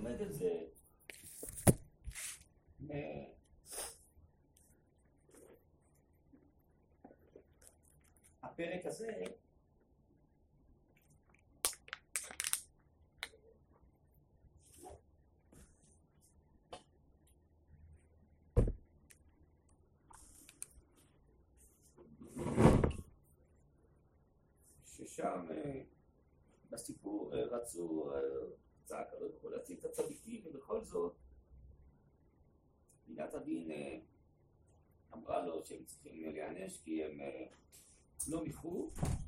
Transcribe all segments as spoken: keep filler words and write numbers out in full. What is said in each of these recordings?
לומד את זה הפרק הזה ששם בסיפור רצו צעק הקדוש ברוך הוא להציל את הצדיקים, ובכל זאת מידת הדין אמרה לו שהם צריכים להיענש כי הם לא מיחו,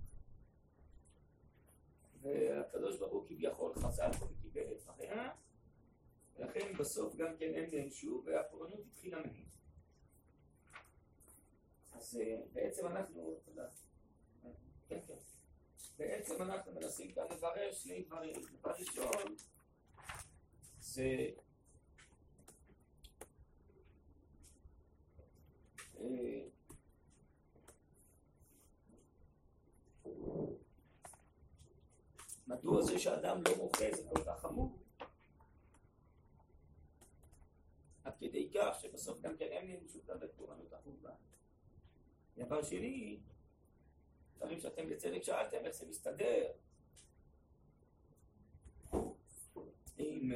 והקדוש ברוך הוא כביכול חזר וקיבל את דבריה, ולכן בסוף גם כן הם נענשו והפורענות התחילה מהם. אז בעצם אנחנו, תודה, כן כן, בעצם אנחנו מנסים כאן לברר שני דברים. דבר ראשון זה מדוע זה שאדם לא מוחה זה כל כך חמור, עד כדי כך שבסוף גם כן הם נענשו גם בפורענות החורבן. דבר שני, דברים שאתם בצדק שאלתם איך זה מסתדר עם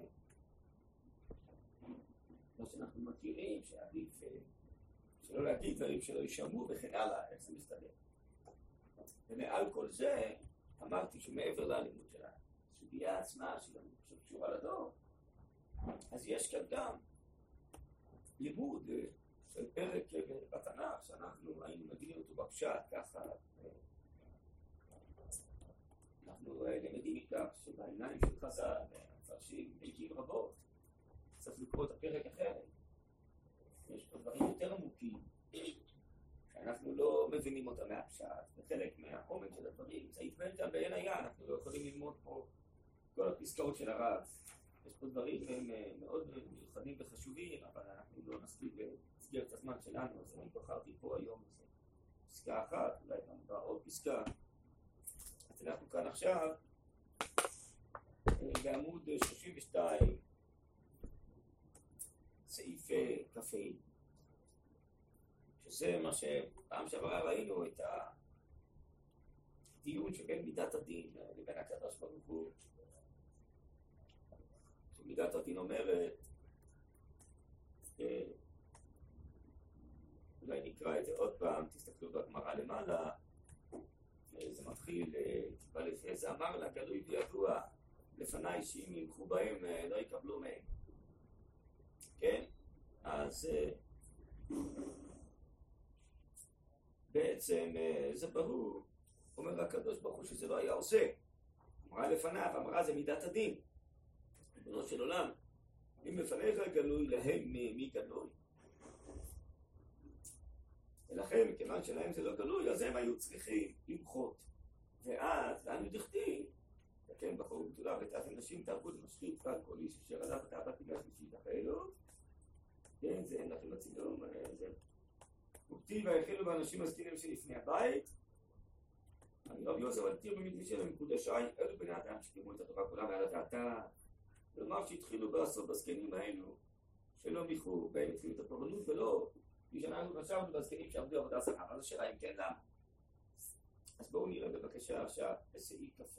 מה שאנחנו מכירים, שעדיף שלא להגיד דברים שלא יישמעו וכן הלאה, איך זה מסתדר. ומעל כל זה אמרתי שמעבר לאלימות של הסוגיה עצמה שגם קשורה לדור, אז יש כאן גם לימוד של פרק בתנ"ך שאנחנו היינו מבינים אותו בפשט ככה, אנחנו למדים מכך שבעיניים של חז"ל והמפרשים לעיתים רבות צריך לקרוא את הפרק אחרת. יש פה דברים יותר עמוקים שאנחנו לא מבינים אותם מהפשט, וחלק מהעומק של הדברים זה יתבן גם בעין היה. אנחנו לא יכולים ללמוד פה כל הפסקאות של הרב, יש פה דברים הם מאוד מיוחדים וחשובים, אבל אנחנו לא נספיק להסגר את הזמן שלנו, אז אני בחרתי פה היום פסקה אחת, אולי גם בעוד פסקה. אז אנחנו כאן עכשיו בעמוד שלושים ושתיים, סעיף קפה, שזה מה שפעם שעברה ראינו את הדיון שבין מידת הדין לבין הקדוש ברוך הוא. מידת הדין אומרת, אולי נקרא את זה עוד פעם, תסתכלו בגמרא למעלה, זה מתחיל טיפה לפני זה, אמר לה גלוי וידוע לפניי שאם ימחו בהם לא יקבלו מהם. כן? אז בעצם זה ברור, אומר הקדוש ברוך הוא שזה לא היה עושה. אמרה לפניו, אמרה זה מידת הדין. ריבונו של עולם, אם לפניך גלוי להם מי גלוי? ולכן, מכיוון שלהם זה לא גלוי, אז הם היו צריכים למחות. ואז, לאנו דכתיב, וכן בחור בתולה ותת אנשים תרבו למשחית ועל כל איש אשר עליו תאוות בגלל שלישית החלו. כן, זה אין לכם בצילום, זה וכתיב והחלו באנשים הזקנים שלפני הבית. אני רב יוסף על תיר במקדיש שלהם מקודשי, אלו בני אדם שקיימו את התורה כולה מעל הדעתה. כלומר שהתחילו לעשות בזקנים האלו שלא מיחו בהם התחילו את הפורענות, ולא כפי שאנחנו חשבנו בזקנים שעבדו עבודה זרה. אז השאלה אם כן למה. אז בואו נראה בבקשה עכשיו בסעיף קפה.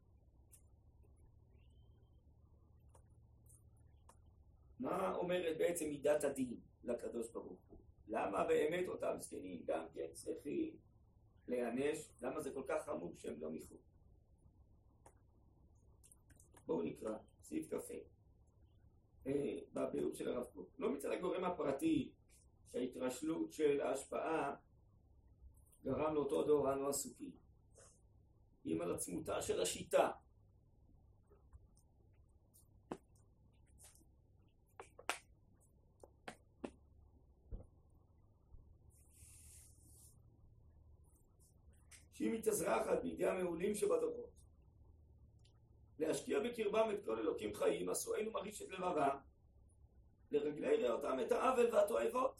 מה אומרת בעצם מידת הדין לקדוש ברוך הוא? למה באמת אותם זקנים גם כן צריכים להיענש? למה זה כל כך חמור שהם לא מיחו? בואו נקרא סעיף קפה בביאור של הרב קוק. לא מצד הגורם הפרטי שההתרשלות של ההשפעה גרם לאותו דור אנו עסוקים, אם על עצמותה של השיטה. שהיא מתאזרחת בידי המעולים שבדורות להשקיע בקרבם את כל אלוקים חיים, עשואינו מרעיש את לבבם לרגלי ראותם את העוול והתועבות.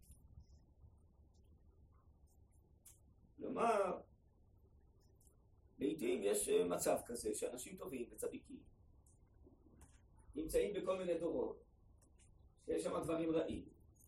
כלומר, לעתים יש מצב כזה שאנשים טובים וצדיקים נמצאים בכל מיני דורות שיש שם דברים רעים,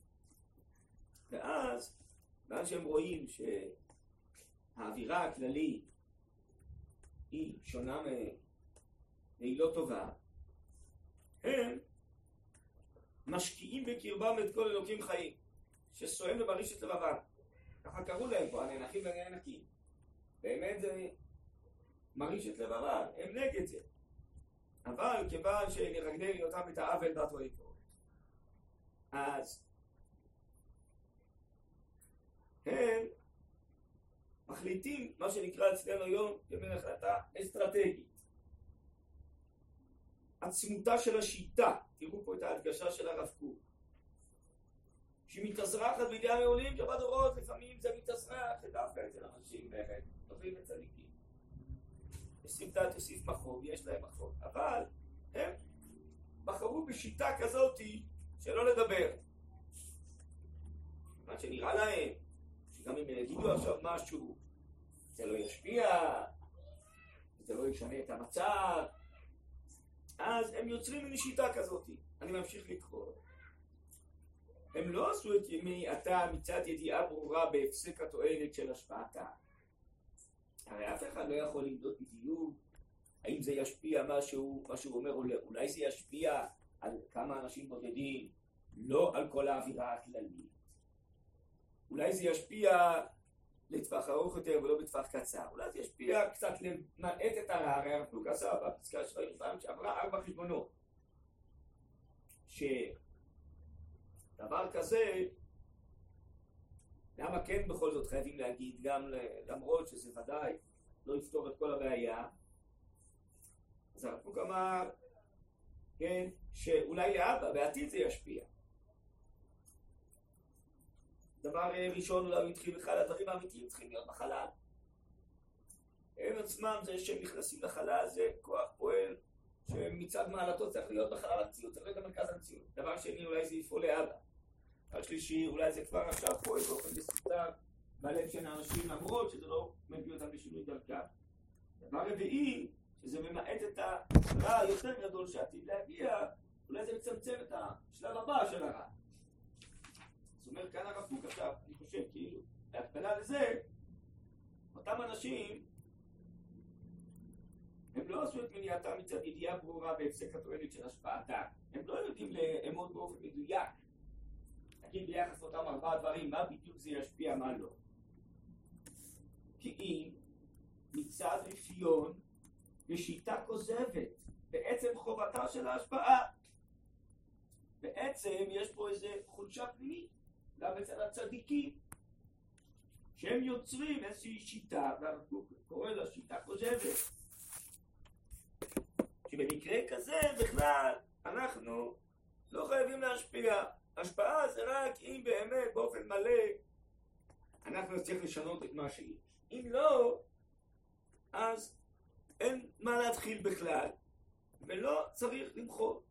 ואז ואז שהם רואים שהאווירה הכללית היא שונה והיא לא טובה, הם משקיעים בקרבם את כל אלוקים חיים שסוהם לבריש את לבבם. ככה קראו להם פה, הנאנחים והנאנקים. באמת זה מריש את לבבם, הם נגד זה. אבל כיוון שלרגלי אותם את העוול בת ויקרות, אז הם מחליטים מה שנקרא אצלנו היום כמין החלטה אסטרטגית. עצמותה של השיטה, תראו פה את ההדגשה של הרב קוק, שהיא מתאזרחת בידי המעולים שבדורות, לפעמים זה מתאזרח דווקא אצל אנשים באמת טובים וצדיקים. תוסיף דעת, תוסיף מחוב, יש להם מחוב, אבל הם בחרו בשיטה כזאת שלא לדבר. מה שנראה להם, שגם אם יגידו עכשיו משהו, זה לא ישפיע, זה לא ישנה את המצב, אז הם יוצרים מין שיטה כזאת. אני ממשיך לקרוא. הם לא עשו את ימי עתה מצד ידיעה ברורה בהפסק התועלת של השפעתה. הרי אף אחד לא יכול למדוד בדיוק האם זה ישפיע משהו, מה שהוא אומר, אולי זה ישפיע על כמה אנשים בודדים, לא על כל האווירה הכללית. אולי זה ישפיע לטווח ארוך יותר ולא בטווח קצר. אולי זה ישפיע קצת למעט את הרע, הרי הרב קוק עשה בפסקה שראינו פעם שעברה ארבע חשבונות. שדבר כזה, למה כן בכל זאת חייבים להגיד, גם למרות שזה ודאי לא יפתור את כל הבעיה, אז הרב קוק אמר, כן, שאולי לאבא, בעתיד זה ישפיע. דבר ראשון, אולי הוא התחיל בכלל, הדברים האמיתיים צריכים להיות בחלל. הם עצמם, זה שהם נכנסים לחלל, זה כוח פועל, שמצד מעלתו צריך להיות בחלל המציאות, צריך להיות במרכז המציאות. דבר שני, אולי זה יפעול לאבא. דבר שלישי, אולי זה כבר עכשיו פועל באופן מסודר, בלב של האנשים, למרות שזה לא מביא אותם לשינוי דרכם. דבר רביעי, שזה ממעט את הרע היותר גדול שעתיד להגיע, אולי זה מצמצם את השלב הבא של הרע. זאת אומרת, כאן הרב קוק עכשיו, אני חושב, כאילו, בהקבלה לזה, אותם אנשים, הם לא עשו את מניעתם מצד ידיעה ברורה בהפסק התועלת של השפעתה. הם לא יודעים לאמוד באופן מדויק. נגיד ביחס לאותם ארבעה דברים, מה בדיוק זה ישפיע, מה לא. כי אם מצד רפיון ושיטה כוזבת, בעצם חובתה של ההשפעה, בעצם יש פה איזו חולשה פנימית, גם אצל הצדיקים, שהם יוצרים איזושהי שיטה, והרב קוק קורא לה שיטה כוזבת, שבמקרה כזה בכלל אנחנו לא חייבים להשפיע. השפעה זה רק אם באמת באופן מלא אנחנו נצטרך לשנות את מה שיש. אם לא, אז אין מה להתחיל בכלל, ולא צריך למחות.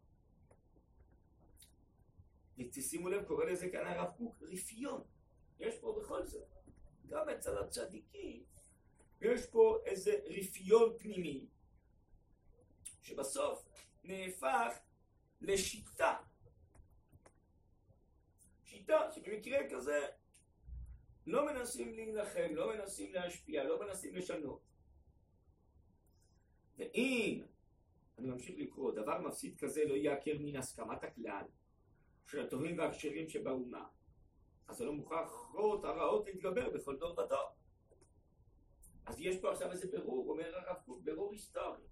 ותשימו לב, קורא לזה כאן הרב קוק, רפיון. יש פה בכל זאת, גם אצל הצדיקים, יש פה איזה רפיון פנימי, שבסוף נהפך לשיטה. שיטה שבמקרה כזה לא מנסים להילחם, לא מנסים להשפיע, לא מנסים לשנות. ואם, אני ממשיך לקרוא, דבר מפסיד כזה לא יעקר מן הסכמת הכלל של הטובים והכשרים שבאומה, אז זה לא מוכרחות הרעות להתגבר בכל דור ודור. אז יש פה עכשיו איזה ברור, אומר הרב קוק, ברור היסטורי.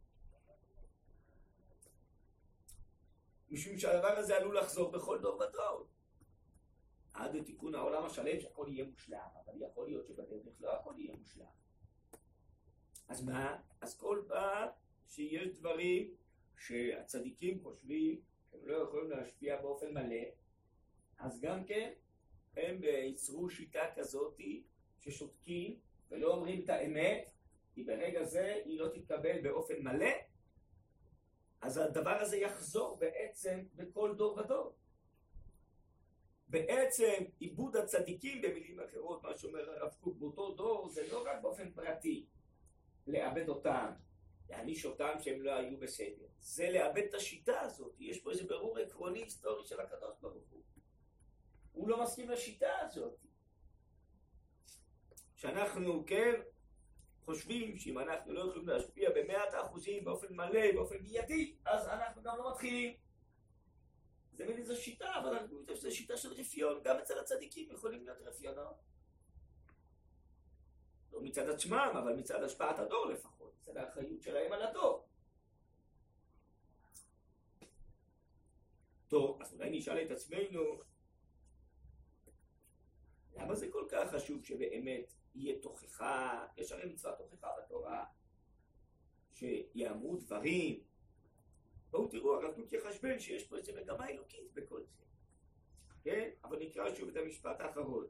משום שהדבר הזה עלול לחזור בכל דור ודור. עד לתיקון העולם השלם שהכל יהיה מושלם, אבל יכול להיות שבדרך לא הכל יהיה מושלם. אז מה? אז כל פעם שיש דברים שהצדיקים חושבים שהם לא יכולים להשפיע באופן מלא, אז גם כן הם ייצרו שיטה כזאת ששותקים ולא אומרים את האמת, כי ברגע זה היא לא תתקבל באופן מלא, אז הדבר הזה יחזור בעצם בכל דור ודור. בעצם עיבוד הצדיקים, במילים אחרות, מה שאומר הרב קוק, באותו דור זה לא רק באופן פרטי, לאבד אותם, להעניש אותם שהם לא היו בסדר. זה לאבד את השיטה הזאת. יש פה איזה ברור עקרוני היסטורי של הקדוש ברוך הוא. הוא לא מסכים לשיטה הזאת. שאנחנו, כן, חושבים שאם אנחנו לא יכולים להשפיע במאת האחוזים באופן מלא, באופן מיידי, אז אנחנו גם לא מתחילים. זה מין איזו שיטה, אבל אנחנו יודעים שזו שיטה של רפיון. גם אצל הצדיקים יכולים להיות רפיונות. לא מצד עצמם, אבל מצד השפעת הדור לפחות. מצד האחריות שלהם על הדור. טוב, אז אולי נשאל את עצמנו, למה זה כל כך חשוב שבאמת יהיה תוכחה, יש הרי מצוות תוכחה בתורה, שיאמרו דברים. בואו תראו, הרב קוק יחשבן שיש פה איזו מגמה אלוקית בכל זה. כן? אבל נקרא שוב את המשפט האחרון.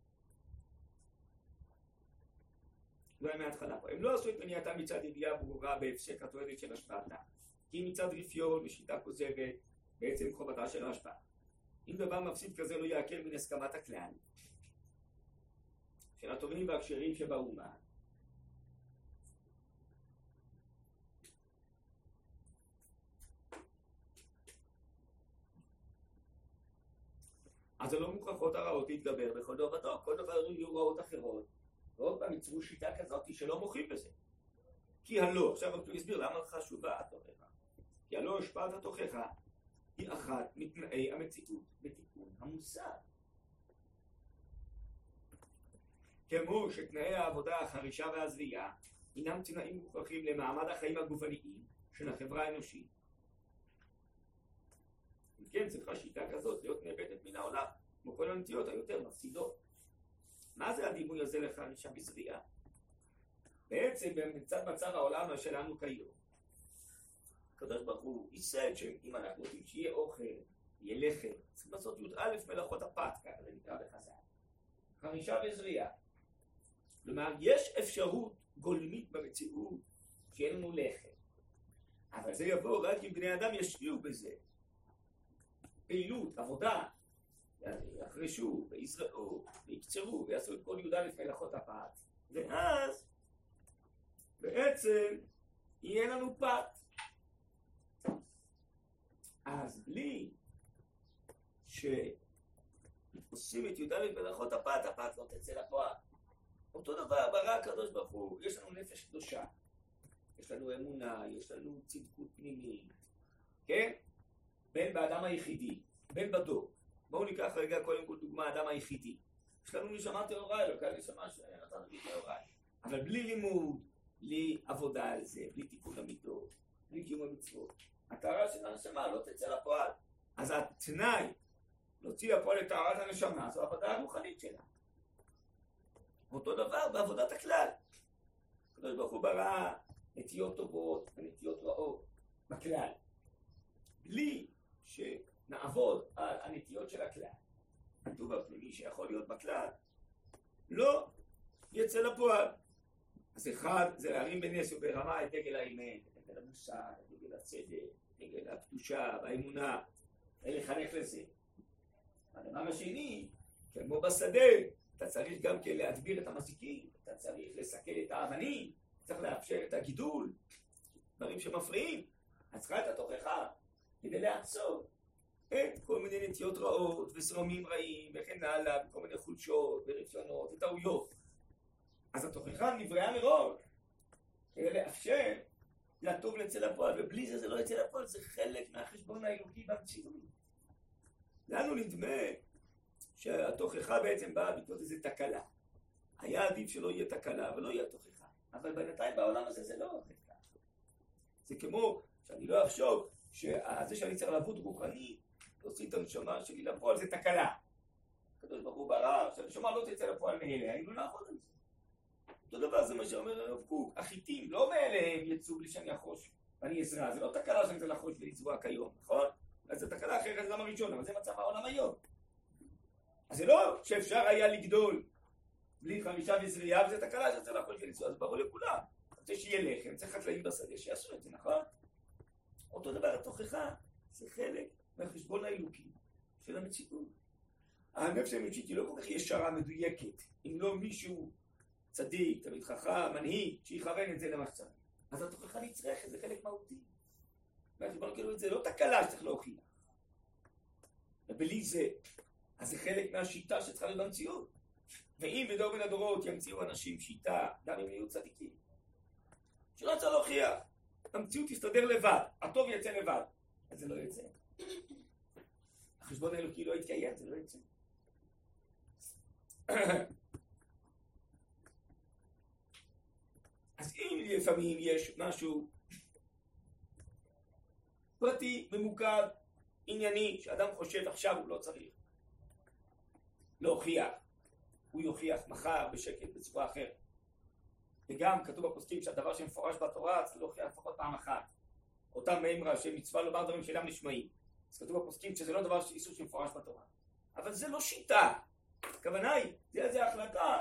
אולי מההתחלה פה. הם לא עשו את מניעתם מצד ידיעה ברורה בהפסק התועלת של השפעתה. כי מצד רפיון ושיטה כוזבת, בעצם חובתה של ההשפעה. אם דבר מפסיד כזה לא יעקר מן הסכמת הכלל, של הטובים והכשרים שבאומה, אז זה לא מוכרחות הרעות להתגבר בכל דור ודור. כל דבר יהיו רעות אחרות, ועוד פעם יצרו שיטה כזאת שלא מוחים בזה. כי הלא, עכשיו אני אסביר למה חשובה התוכחה. כי הלא השפעת התוכחה היא אחת מתנאי המציאות בתיקון המוסר. כמו שתנאי העבודה, החרישה והזריעה אינם תנאים מוכרחים למעמד החיים הגופניים של החברה האנושית. אם כן, צריכה שיטה כזאת להיות נאבדת מן העולם, כמו כל הנטיות היותר מפסידות. מה זה הדימוי הזה לחרישה וזריעה? בעצם במצד מצב העולם שלנו כיום, הקדוש ברוך הוא ייסד שאם אנחנו רוצים שיהיה אוכל, יהיה לחם, צריכים לעשות י"א מלאכות הפת, ככה זה נקרא בחז"ל. חרישה וזריעה. כלומר, יש אפשרות גולמית במציאות שיהיה לנו לחם. אבל זה יבוא רק אם בני אדם ישקיעו בזה. פעילות, עבודה, יחרשו ויזרעו ויקצרו ויעשו את כל י"א מלאכות הפת. ואז בעצם יהיה לנו פת. אז בלי שעושים את י"א מלאכות הפת, הפת לא תצא לפועל. אותו דבר ברא הקדוש ברוך הוא, יש לנו נפש קדושה, יש לנו אמונה, יש לנו צדקות פנימית, כן? בין באדם היחידי, בין בדור. בואו ניקח רגע קודם כל דוגמה, האדם היחידי. יש לנו נשמה טהורה, לא כאן נשמה שנתן לי טהורה. אבל בלי לימוד, בלי עבודה על זה, בלי תיקון המידות, בלי קיום המצוות, הטהרה של הנשמה לא תצא לפועל. אז התנאי להוציא לפועל את טהרת הנשמה, זו העבודה הרוחנית שלה. אותו דבר בעבודת הכלל. הקדוש ברוך הוא ברא נטיות טובות ונטיות רעות בכלל. בלי שנעבוד על הנטיות של הכלל, הטוב הפנימי שיכול להיות בכלל, לא יצא לפועל. אז אחד זה להרים בנס וברמה את דגל האמת, את דגל המוסר, את דגל הצדק, את דגל הקדושה והאמונה, ולחנך לזה. הדבר השני, כמו בשדה, אתה צריך גם כן להדביר את המזיקים, אתה צריך לסכל את האבנים, צריך לאפשר את הגידול, דברים שמפריעים. אז צריכה את התוכחה כדי לעצור את כל מיני נטיות רעות וזרמים רעים וכן הלאה, וכל מיני חולשות ורפיונות וטעויות. אז התוכחה נבראה מראש כדי לאפשר לטוב לצא לפועל, ובלי זה זה לא יצא לפועל, זה חלק מהחשבון האלוקי במציאות. לנו נדמה שהתוכחה בעצם באה בעקבות איזו תקלה. היה עדיף שלא יהיה תקלה ולא יהיה תוכחה. אבל בינתיים בעולם הזה זה לא עובד ככה. זה כמו שאני לא אחשוב שזה שאני צריך לעבוד רוחני, להוציא את הנשמה שלי לפועל, זה תקלה. הקדוש ברוך הוא ברא, שהנשמה לא תצא לפועל מאליה, היינו לעבוד על זה. אותו דבר זה מה שאומר הרב קוק, החיטים לא מאליהם יצאו בלי שאני אחוש ואני אזרע, זה לא תקלה שאני צריך לחוש ולזרוע כיום, נכון? אז זה תקלה אחרת למה ראשון, אבל זה מצב העולם היום. אז זה לא שאפשר היה לגדול בלי חמישה וזריעה, וזה תקלה שצריך לחוש ולזרוע, זה ברור לכולם. רוצה שיהיה לחם, צריך חקלאים בשדה שיעשו את זה, נכון? אותו דבר התוכחה, זה חלק מהחשבון האלוקי של המציאות. הנפש האנושית היא לא כל כך ישרה מדויקת, אם לא מישהו צדיק, תמיד חכם, מנהיג, שיכוון את זה למה שצריך. אז התוכחה נצרכת, זה חלק מהותי. והחשבון כאילו זה לא תקלה שצריך להוכיח. ובלי זה, אז זה חלק מהשיטה שצריכה להיות במציאות. ואם בדור בין הדורות ימציאו אנשים שיטה, גם אם יהיו צדיקים, שלא צריך להוכיח, המציאות תסתדר לבד, הטוב יצא לבד, אז זה לא יצא. החשבון האלוקי לא יתקיים, זה לא יצא. אז אם לפעמים יש משהו פרטי, ממוקד, ענייני, שאדם חושב עכשיו הוא לא צריך להוכיח, הוא יוכיח מחר בשקט בצורה אחרת. וגם כתוב בפוסקים שהדבר שמפורש בתורה צריך להוכיח לפחות פעם אחת. אותם מימרה שמצווה לומר דברים שאינם נשמעים. אז כתוב בפוסקים שזה לא דבר איסור שמפורש בתורה. אבל זה לא שיטה. הכוונה היא, זה איזה החלטה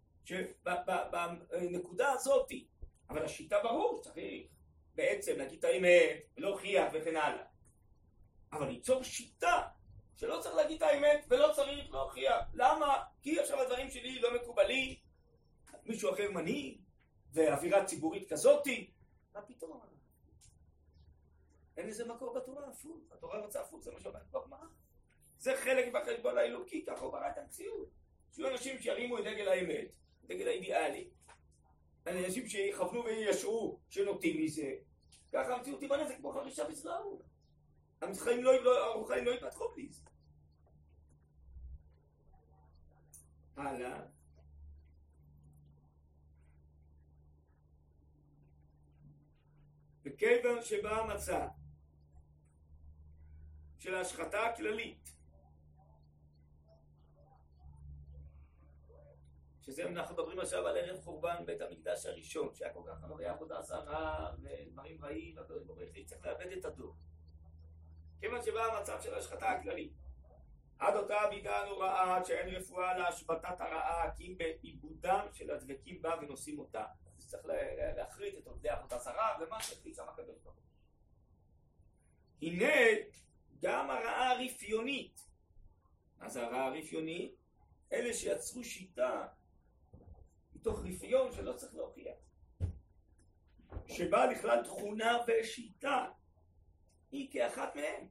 שבנקודה הזאת, אבל השיטה ברור, צריך בעצם להגיד את האמת, להוכיח וכן הלאה. אבל ליצור שיטה שלא צריך להגיד את האמת ולא צריך להוכיח. למה? כי עכשיו הדברים שלי לא מקובלים, מישהו אחר מנהיג, ואווירה ציבורית כזאתי. מה פתאום? אין לזה מקור בתורה הפוך. התורה רוצה הפוך, זה מה שאומרת בגמרא. זה חלק בחשבון האלוקי, ככה הוא ברא את המציאות. שיהיו אנשים שירימו את דגל האמת, דגל האידיאלי. אנשים שיכוונו וישרו, שנוטים מזה. ככה המציאות תיבנה, זה כמו חרישה בזרעו. החיים לא יתפתחו בלי זה. הלאה. וכיוון שבא המצב של ההשחתה הכללית, שזה אנחנו מדברים עכשיו על ערב חורבן בית המקדש הראשון, שהיה כל כך הרבה עבודה זרה ודברים רעים, צריך לאבד את הדור. כיוון שבא המצב של ההשחתה הכללית, עד אותה המידה הנוראה שאין רפואה להשבתת הרעה, כי אם בעיבודם של הדבקים בה ונושאים אותה. אז צריך להחריט את עובדי עבודה זרה, ומה שחליט שם הקדוש ברוך הוא. הנה גם הרעה הרפיונית. אז הרעה הרפיונית, אלה שיצרו שיטה מתוך רפיון שלא צריך להוכיח, שבאה לכלל תכונה ושיטה, היא כאחת מהן.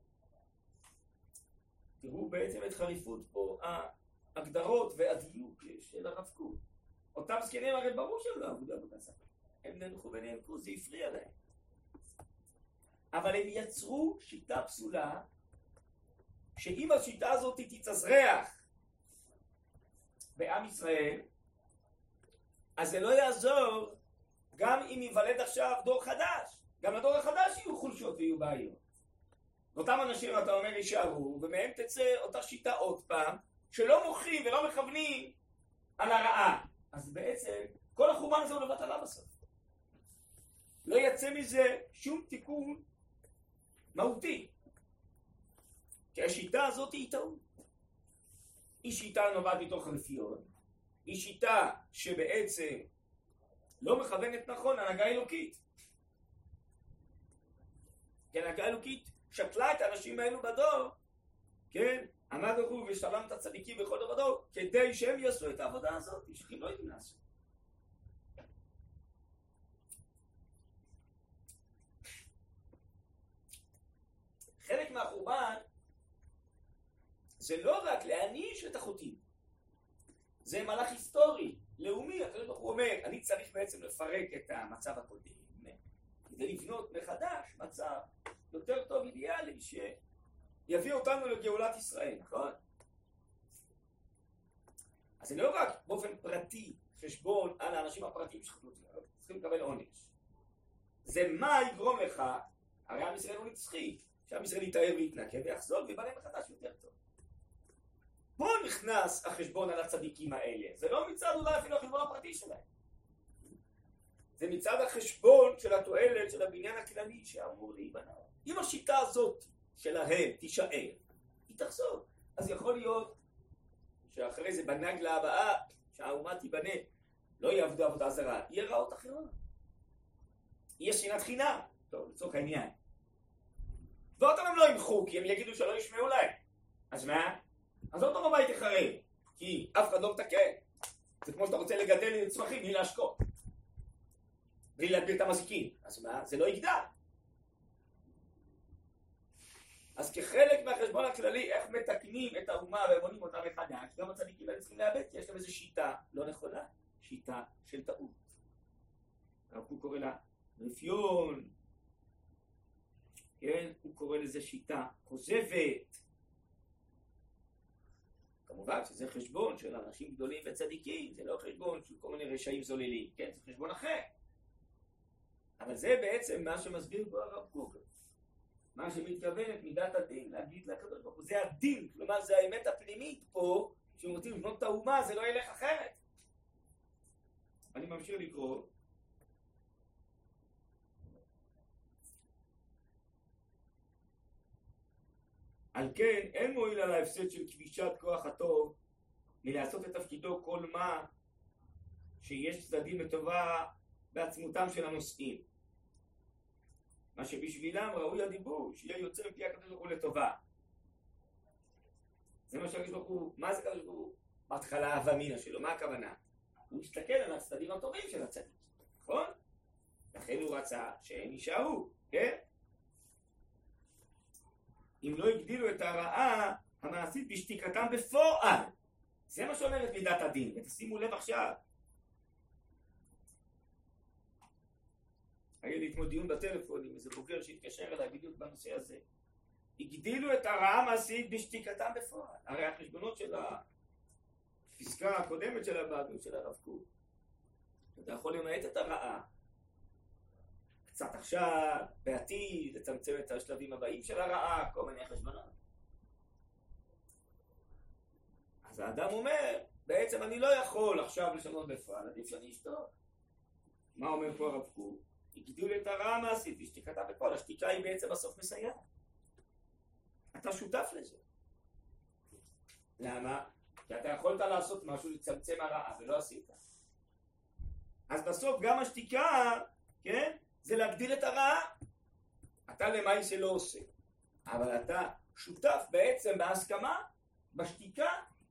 תראו בעצם את חריפות פה ההגדרות והדיוק של הרב קוק. אותם זקנים הרי ברור שהם לא עבודה עבודה זרה, הם ננחו ונאנקו, זה הפריע להם, אבל הם יצרו שיטה פסולה, שאם השיטה הזאת תתזרח בעם ישראל, אז זה לא יעזור גם אם ייוולד עכשיו דור חדש. גם לדור החדש יהיו חולשות ויהיו בעיות. ואותם אנשים, אתה אומר, יישארו, ומהם תצא אותה שיטה עוד פעם, שלא מוכרים ולא מכוונים על הרעה. אז בעצם כל החורבן הזה הוא לבטלה בסוף. לא יצא מזה שום תיקון מהותי. כי השיטה הזאת היא טעות. היא שיטה נובעת מתוך רפיון. היא שיטה שבעצם לא מכוונת נכון הנהגה אלוקית. כי הנהגה אלוקית שקלה את האנשים האלו בדור, כן? עמד הוא ושלם את הצדיקים בכל דור ודור, כדי שהם יעשו את העבודה הזאת, שכים לא יודעים לעשות. חלק מהחורבן זה לא רק להעניש את החוטאים, זה מהלך היסטורי, לאומי. הוא אומר, אני צריך בעצם לפרק את המצב הקודם, כדי לבנות מחדש מצב יותר טוב, אידיאלי, שיביא אותנו לגאולת ישראל, נכון? אז זה לא רק באופן פרטי, חשבון על האנשים הפרטיים שצריכים לקבל עונש. זה מה יגרום לך, הרי עם ישראל הוא נצחי, שעם ישראל יתאר ויתנקה ויחזור ויבנה מחדש יותר טוב. פה נכנס החשבון על הצדיקים האלה. זה לא מצד אולי אפילו החשבון הפרטי שלהם. זה מצד החשבון של התועלת של הבניין הכללי שאמור להיבנה. אם השיטה הזאת שלהם תישאר, היא תחזור. אז יכול להיות שאחרי זה בנגלה הבאה, שהאומה תיבנה, לא יעבדו עבודה זרה, יהיה רעות אחרות. יהיה שנאת חינם. טוב, לצורך העניין. ואותם הם לא ימחו, כי הם יגידו שלא ישמעו להם. אז מה? אז אותו בבית יחרב, כי אף אחד לא מתקן. זה כמו שאתה רוצה לגדל צמחים בלי להשקות, בלי להגביל את המזיקים, אז מה? זה לא יגדל. אז כחלק מהחשבון הכללי, איך מתקנים את האומה ובונים אותה מחדש, גם הצדיקים האלה צריכים לאבד, כי יש להם איזו שיטה לא נכונה, שיטה של טעות. הוא קורא לה רפיון, כן? הוא קורא לזה שיטה כוזבת. כמובן שזה חשבון של אנשים גדולים וצדיקים, זה לא חשבון של כל מיני רשעים זוללים, כן? זה חשבון אחר. אבל זה בעצם מה שמסביר פה הרב קוק. מה שמתכוון את מידת הדין, להגיד לקדוש ברוך הוא, זה הדין, כלומר זה האמת הפנימית פה, שאם רוצים לבנות את האומה, זה לא ילך אחרת. אני ממשיך לקרוא. על כן, אין מועיל על ההפסד של כבישת כוח הטוב, מלעשות את תפקידו כל מה שיש צדדים לטובה בעצמותם של הנושאים. מה שבשבילם ראוי הדיבור, שיהיה יוצא מפי הקדוש ברוך הוא לטובה. זה מה שהקדוש ברוך הוא, מה זה הקדוש ברוך הוא? בהתחלה הוומינה שלו, מה הכוונה? הוא הסתכל על הצדדים הטובים של הצדיק, נכון? לכן הוא רצה שהם יישארו, כן? אם לא הגדילו את הרעה המעשית בשתיקתם בפועל. זה מה שאומרת מידת הדין, ותשימו לב עכשיו. היה לי אתמול דיון בטלפון עם איזה בוגר שהתקשר אליי בדיוק בנושא הזה. הגדילו את הרעה המעשית בשתיקתם בפועל. הרי החשבונות של הפסקה הקודמת של הבעלות של הרב קוק, אתה יכול למעט את הרעה. קצת עכשיו, בעתיד, לצמצם את השלבים הבאים של הרעה, כל מיני חשבונות. אז האדם אומר, בעצם אני לא יכול עכשיו לשנות בפועל, עדיף שאני אשתוק. מה אומר פה הרב קוק? הגדילו את הרעה המעשית בשתיקתה בפועל, השתיקה היא בעצם בסוף מסייעת. אתה שותף לזה. למה? כי אתה יכולת לעשות משהו לצמצם הרעה, ולא עשית. אז בסוף גם השתיקה, כן? זה להגדיל את הרעה. אתה למעי שלא עושה. אבל אתה שותף בעצם בהסכמה, בשתיקה.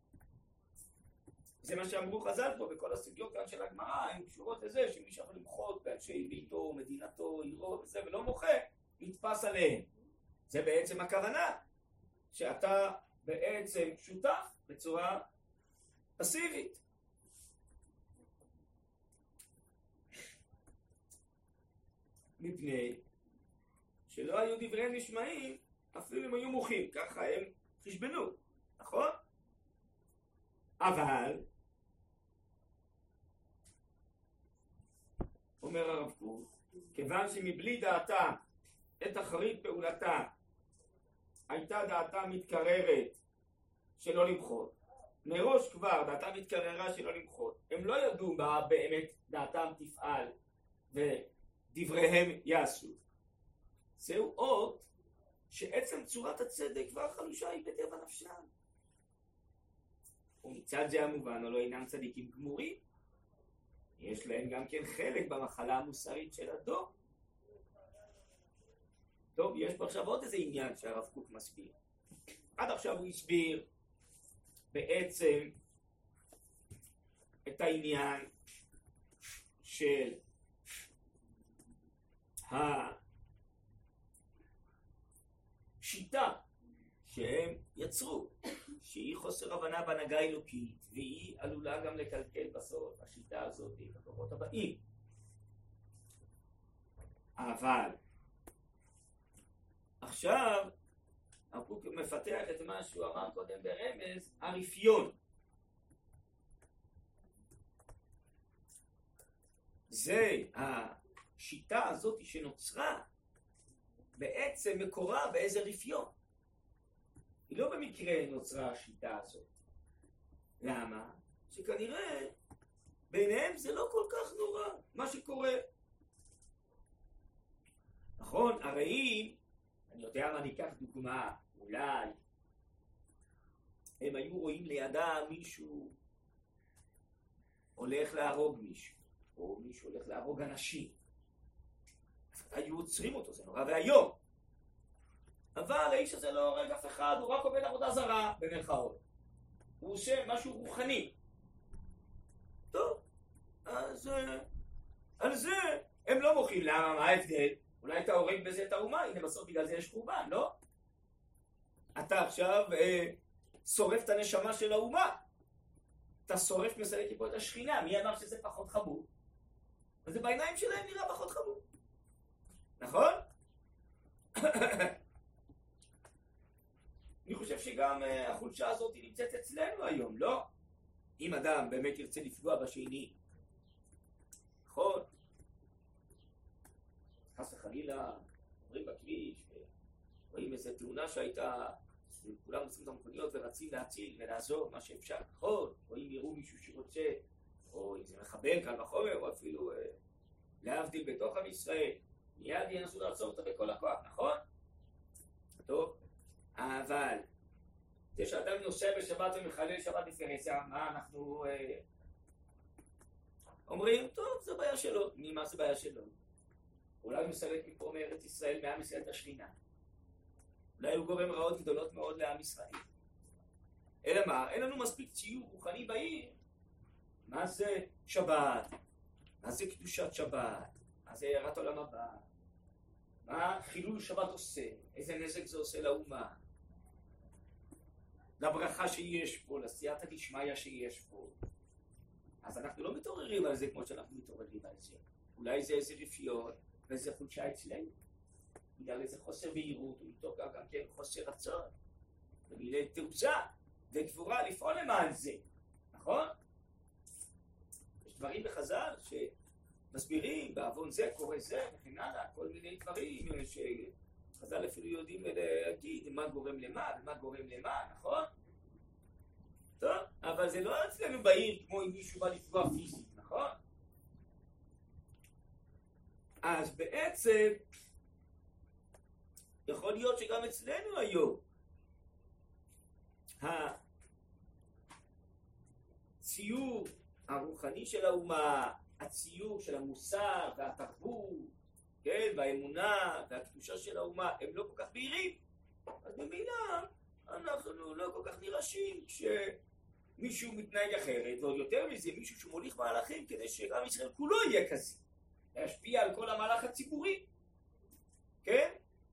זה מה שאמרו חז"ל פה בכל הסוגיות כאן של הגמרא, הן קשורות לזה שמי שיכול למחות באנשי ביתו, מדינתו, עירו וזה, ולא מוחה, נתפס עליהם. זה בעצם הכוונה, שאתה בעצם שותף בצורה פסיבית. מפני שלא היו דבריהם נשמעים, אפילו הם היו מוחים, ככה הם חשבנו, נכון? אבל, אומר הרב קוק, כיוון שמבלי דעתה את אחרית פעולתה הייתה דעתה מתקררת שלא למחות, מראש כבר דעתה מתקררה שלא למחות, הם לא ידעו בה באמת דעתם תפעל ודבריהם יעשו. זהו אות שעצם צורת הצדק והחלושה היא בטבע נפשם. ומצד זה המובן, הלא אינם צדיקים גמורים, יש להם גם כן חלק במחלה המוסרית של הדור. טוב, יש פה עכשיו עוד איזה עניין שהרב קוק מסביר. עד עכשיו הוא הסביר בעצם את העניין של השיטה שהם יצרו, שהיא חוסר הבנה בהנהגה אלוקית, והיא עלולה גם לקלקל בסוף השיטה הזאת את הדורות הבאים. אבל עכשיו הרב קוק מפתח את מה שהוא אמר קודם ברמז, הרפיון. זה השיטה הזאת שנוצרה בעצם מקורה באיזה רפיון. היא לא במקרה נוצרה השיטה הזאת. למה? שכנראה ביניהם זה לא כל כך נורא מה שקורה. נכון? הרי אם, אני יודע מה ניקח דוגמה, אולי הם היו רואים לידה מישהו הולך להרוג מישהו, או מישהו הולך להרוג אנשים, היו עוצרים אותו, זה נורא והיום. אבל האיש הזה לא הורג אף אחד, הוא רק עובד עבודה זרה במרכאות. הוא עושה משהו רוחני. טוב, אז על זה הם לא מוחים. למה? מה ההבדל? אולי אתה הורג בזה את האומה, הנה בסוף בגלל זה יש חורבן, לא? אתה עכשיו אה, שורף את הנשמה של האומה. אתה שורף מסלק פה את השכינה. מי אמר שזה פחות חמור? וזה בעיניים שלהם נראה פחות חמור. נכון? אני חושב שגם אה, החולשה הזאת נמצאת אצלנו היום, לא? אם אדם באמת ירצה לפגוע בשני, נכון? חס וחלילה, עוברים בכביש, רואים איזו תאונה שהייתה, כולם עושים את המכוניות ורצים להציל ולעזור מה שאפשר, נכון? או אם יראו מישהו שרוצה, או אם זה מחבל קל וחומר, או אפילו אה, להבדיל בתוך עם ישראל, מיד ינסו לעצור אותה בכל הכוח, נכון? טוב, אבל זה שאדם נוסע בשבת ומחלל שבת בפרהסיה, מה אנחנו אה, אומרים? טוב, זה בעיה שלו. ממה זה בעיה שלו? אולי הוא מסלק מפה מארץ ישראל, מעם ישראל את השכינה. אולי הוא גורם רעות גדולות מאוד לעם ישראל. אלא מה? אין לנו מספיק ציור רוחני בעיר. מה זה שבת? מה זה קדושת שבת? מה זה יראת עולם הבא? מה חילול שבת עושה? איזה נזק זה עושה לאומה? לברכה שיש פה, לסייעתא דשמיא שיש פה. אז אנחנו לא מתעוררים על זה כמו שאנחנו מתעוררים על זה. אולי זה איזה רפיון ואיזה חולשה אצלנו. בגלל איזה חוסר בהירות, ומתוך גם כן חוסר רצון. ומילי תאוצה וגבורה לפעול למען זה. נכון? יש דברים בחז"ל שמסבירים, בעוון זה קורה זה וכן הלאה, כל מיני דברים שחז"ל אפילו יודעים להגיד מה גורם למה ומה גורם למה, נכון? טוב, אבל זה לא אצלנו בעיר כמו אם מישהו בא לפגוע פיזית, נכון? אז בעצם יכול להיות שגם אצלנו היום הציור הרוחני של האומה, הציור של המוסר והתרבות, כן, והאמונה והקדושה של האומה הם לא כל כך בהירים. אז במילה אנחנו לא כל כך נרשים כשמישהו מתנהג אחרת, ועוד יותר מזה מישהו שמוליך מהלכים כדי שעם ישראל כולו יהיה כזה, להשפיע על כל המהלך הציבורי, כן?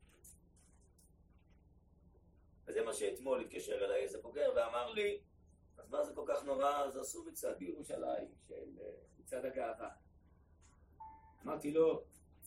וזה מה שאתמול התקשר אליי איזה בוגר ואמר לי, אז מה זה כל כך נורא? אז עשו מצעד בירושלים של מצעד הגאווה. אמרתי לו,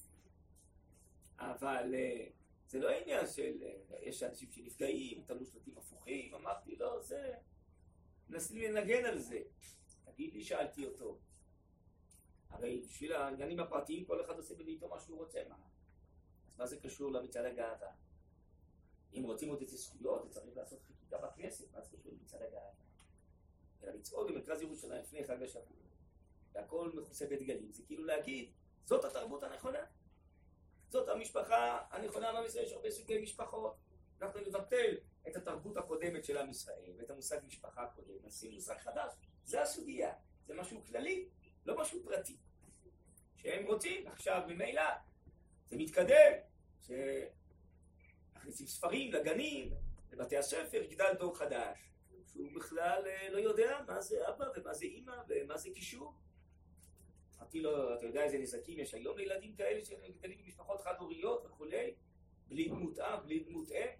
אבל זה לא העניין של, יש אנשים שנפגעים, תלו שלטים הפוכים, אמרתי לו, זה, מנסים לנגן על זה. תגיד לי, שאלתי אותו, הרי בשביל העניינים הפרטיים כל אחד עושה בביתו מה שהוא רוצה, מה? אז מה זה קשור למצעד הגאווה? אם רוצים עוד איזה זכויות, צריך לעשות חקיקה בכנסת, מה זה קשור למצעד הגאווה? אלא לצעוד במרכז ירושלים לפני חג השבוע, והכל מכוסה בדגלים, זה כאילו להגיד, זאת התרבות הנכונה, זאת המשפחה הנכונה בעם ישראל. יש הרבה סוגי משפחות, אנחנו נבטל את התרבות הקודמת של עם ישראל, ואת המושג משפחה הקודמת, נשים מושג חדש, זה הסוגיה, זה משהו כללי, לא משהו פרטי, שהם רוצים, עכשיו ממילא, זה מתקדם, שנכניסים ספרים לגנים, לבתי הספר, יגדל דור חדש, שהוא בכלל לא יודע מה זה אבא ומה זה אמא ומה זה קישור. אמרתי לו, אתה יודע איזה נזקים יש היום לילדים כאלה שגדלים במשפחות חד-הוריות וכולי, בלי דמות אב, בלי דמות אם?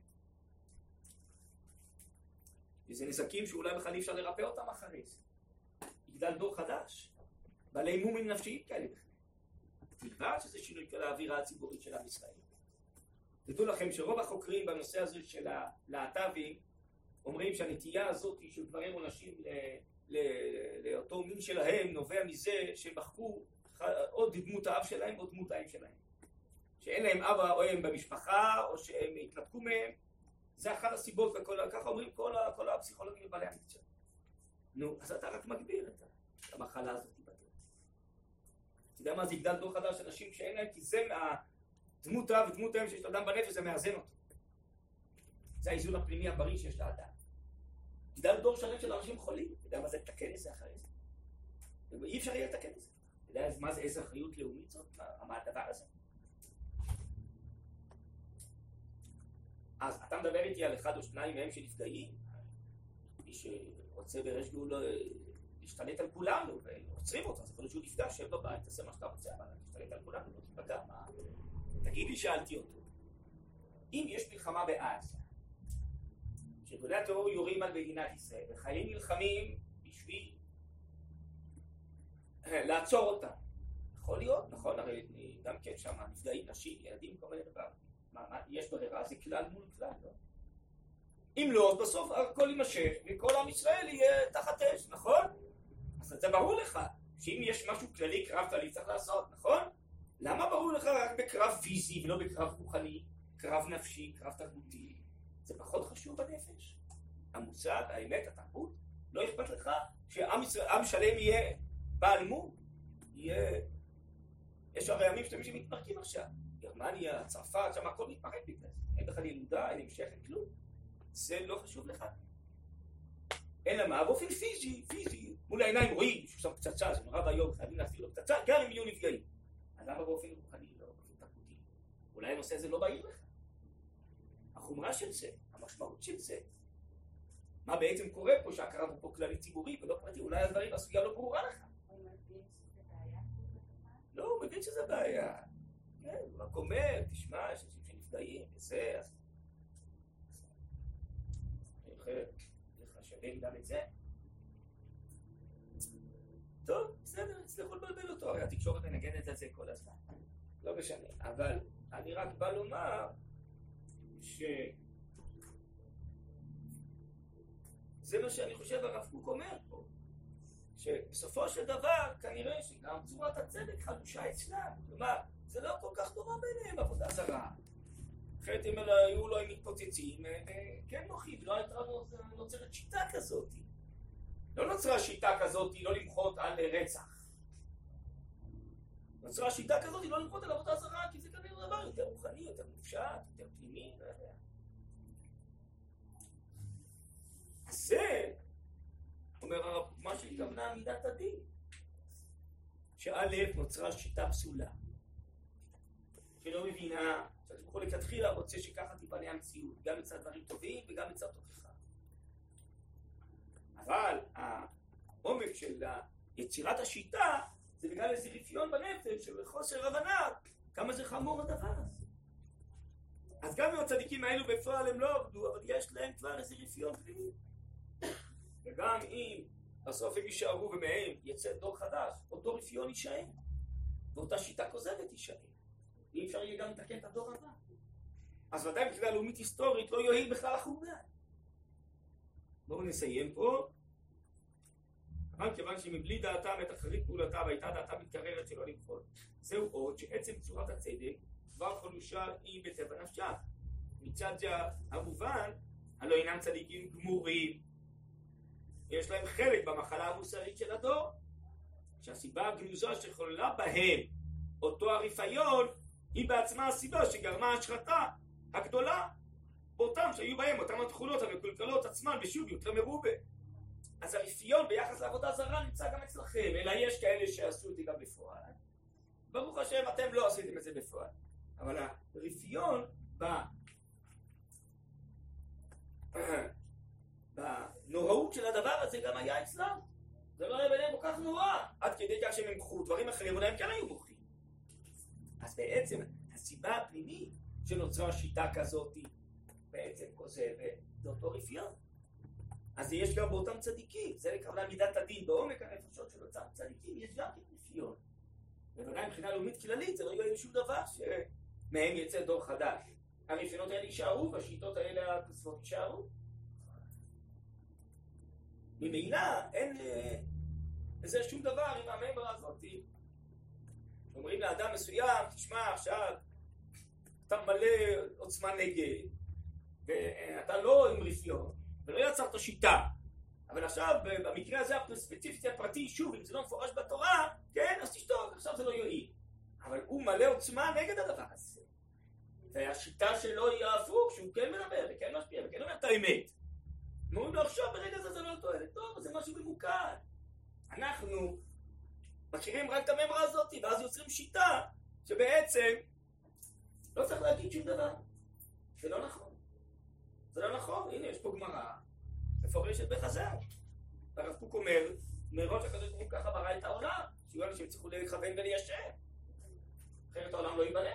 איזה נזקים שאולי בכלל אי אפשר לרפא אותם אחרי זה. יגדל דור חדש, בעלי מומים נפשיים כאלה בכלל. בלבד שזה שינוי כל האווירה הציבורית של עם ישראל. תדעו לכם שרוב החוקרים בנושא הזה של הלהט"בים אומרים שהנטייה הזאת של גברים או נשים לאותו מין שלהם נובע מזה שהם בחרו או דמות האב שלהם או דמות האם שלהם. שאין להם אבא או אם במשפחה או שהם התנתקו מהם. זה אחת הסיבות, וככה אומרים כל, כל הפסיכולוגים ובעלי המקצוע. נו, אז אתה רק מגביר את המחלה הזאת תיבטל. אתה יודע מה זה יגדל דור חדש אנשים שאין להם, כי זה דמות האב ודמות האם שיש לאדם בנפש, זה מאזן אותו. זה האיזון הפנימי הבריא שיש לאדם. גדל דור שלם של אנשים חולים, אתה יודע מה זה לתקן את זה אחרי זה? אי אפשר יהיה לתקן את זה. אתה יודע מה זה, איזה אחריות לאומית זאת? מה הדבר הזה? אז אתה מדבר איתי על אחד או שניים מהם שנפגעים, מי שרוצה בריש גאולה להשתלט על כולנו, ועוצרים אותו, אז יכול להיות שהוא נפגע, שב בבית, תעשה מה שאתה רוצה, אבל להשתלט על כולנו, לא תתפגע, מה? תגיד לי, שאלתי אותו, אם יש מלחמה בעזה, שארגוני הטרור יורים על מדינת ישראל, וחיילים נלחמים בשביל לעצור אותם, יכול להיות, נכון, הרי גם כן שם נפגעים נשים, ילדים, כל מיני דבר, מה, מה, יש ברירה, זה כלל מול כלל, לא? אם לא, אז בסוף הכל יימשך, וכל עם ישראל יהיה תחת אש, נכון? אז זה ברור לך, שאם יש משהו כללי קרב כללי צריך לעשות, נכון? למה ברור לך רק בקרב פיזי ולא בקרב רוחני, קרב נפשי, קרב תרבותי? זה פחות חשוב בנפש. המושג, האמת, התרבות, לא אכפת לך שעם עם שלם יהיה בעל מות, יהיה... יש הרי עמים שאתם שמתפרקים עכשיו, גרמניה, צרפת, שם הכל מתפרק בגלל זה, אין בכלל ילודה, אין המשך, אין כלום. זה לא חשוב לך. אלא מה? באופן פיזי, פיזי, מול העיניים רואים שהוא שם פצצה, זה נורא ביום, חייבים להפעיל לו פצצה, גם אם יהיו נפגעים. אז למה באופן רוחני, לא באופן תרבותי? אולי הנושא הזה לא בעיר לך. החומרה של זה, המשמעות של זה. מה בעצם קורה פה שהקרב הוא פה כללי ציבורי ולא פרטי? אולי הדברים הסוגיה לא ברורה לך. הוא מבין שזה בעיה? לא, הוא מבין שזה בעיה. כן, הוא רק אומר, תשמע, יש אנשים שנפגעים, וזה, אז... איך לשלם גם את זה? טוב, בסדר, הצליחו לבלבל אותו, הרי התקשורת מנגנת על זה כל הזמן. לא משנה, אבל אני רק בא לומר ש... זה מה שאני חושב הרב קוק אומר פה, שבסופו של דבר כנראה שגם צורת הצדק חדושה אצלם, כלומר, זה לא כל כך נורא ביניהם עבודה זרה. אחרת אם היו לו הם מתפוצצים, כן מוחים, לא הייתה נוצרת שיטה כזאת. לא נוצרה שיטה כזאת, לא למחות על רצח. נוצרה שיטה כזאת, לא למחות על עבודה זרה, כי זה כנראה דבר יותר רוחני, יותר מופשט, יותר פנימי, לא יודע. אז זה, אומר הרב, מה שהתכוונה מידת הדין, שא' נוצרה שיטה פסולה, שלא מבינה, שאתם יכולים לכתחילה רוצה שככה תיבנה המציאות, גם מצד דברים טובים וגם מצד תוכחה. אבל העומק של יצירת השיטה זה בגלל איזה רפיון בנפש של חוסר הבנה כמה זה חמור הדבר הזה. אז גם אם הצדיקים האלו בפועל הם לא עבדו, אבל יש להם כבר איזה רפיון פנימי. וגם אם בסוף הם יישארו ומהם יצא דור חדש, אותו רפיון יישאר, ואותה שיטה כוזבת יישאר. אי אפשר יהיה גם לתקן את הדור הבא. אז ודאי מבחינה לאומית היסטורית לא יועיל בכלל החורבן. בואו נסיים פה. אבל כיוון שמבלי דעתם את אחרית פעולתה והייתה דעתם מתקררת שלא למחות, זהו עוד שעצם צורת הצדק כבר חלושה היא בטבע נפשה. מצד זה המובן, הלא אינם צדיקים גמורים, יש להם חלק במחלה המוסרית של הדור, שהסיבה הגנוזה שחוללה בהם אותו הרפיון היא בעצמה הסיבה שגרמה השחתה הגדולה באותם שהיו בהם אותם התכונות המקולקלות עצמן בשוב יותר מרובה. אז הרפיון ביחס לעבודה זרה נמצא גם אצלכם, אלא יש כאלה שעשו את זה גם בפועל. ברוך השם אתם לא עשיתם את זה בפועל, אבל הרפיון ב... בנוראות של הדבר הזה גם היה אצלם. זה לא היה ביניהם כל כך נורא, עד כדי כך שהם מוכחו דברים אחרים, אולי הם כן היו מוכחים. אז בעצם הסיבה הפנימית שנוצרה שיטה כזאת בעצם כוזבת, זה אותו רפיון. אז יש גם באותם צדיקים, זה לכוונה מידת הדין, בעומק הנפשות של אותם צדיקים יש גם רפיון. בוודאי מבחינה לאומית כללית זה לא יהיה שום דבר שמהם יצא דור חדש. הרפיונות האלה יישארו והשיטות האלה הכוספות יישארו. ממילא אין לזה שום דבר עם הממרה הזאת. אומרים לאדם מסוים, תשמע עכשיו, אתה מלא עוצמה נגד, ואתה לא עם רפיון, ולא יצרת שיטה. אבל עכשיו, במקרה הזה הספציפי הפרטי, שוב, אם זה לא מפורש בתורה, כן, אז תשתוק, עכשיו זה לא יועיל. אבל הוא מלא עוצמה נגד הדבר הזה. והשיטה שלו היא ההפוך, שהוא כן מדבר, וכן משפיע, וכן אומר את האמת. אומרים לו, עכשיו ברגע הזה זה לא תועלת, טוב, זה משהו ממוקד. אנחנו מכירים רק את הממרה הזאת, ואז יוצרים שיטה שבעצם לא צריך להגיד שום דבר. זה לא נכון. זה לא נכון, הנה יש פה גמרא מפורשת בחז"ל. הרב קוק אומר מראש הקדוש ברוך הוא ככה ברא את העולם, שיהיו אנשים שצריכו לכוון וליישב, אחרת העולם לא ייבנה.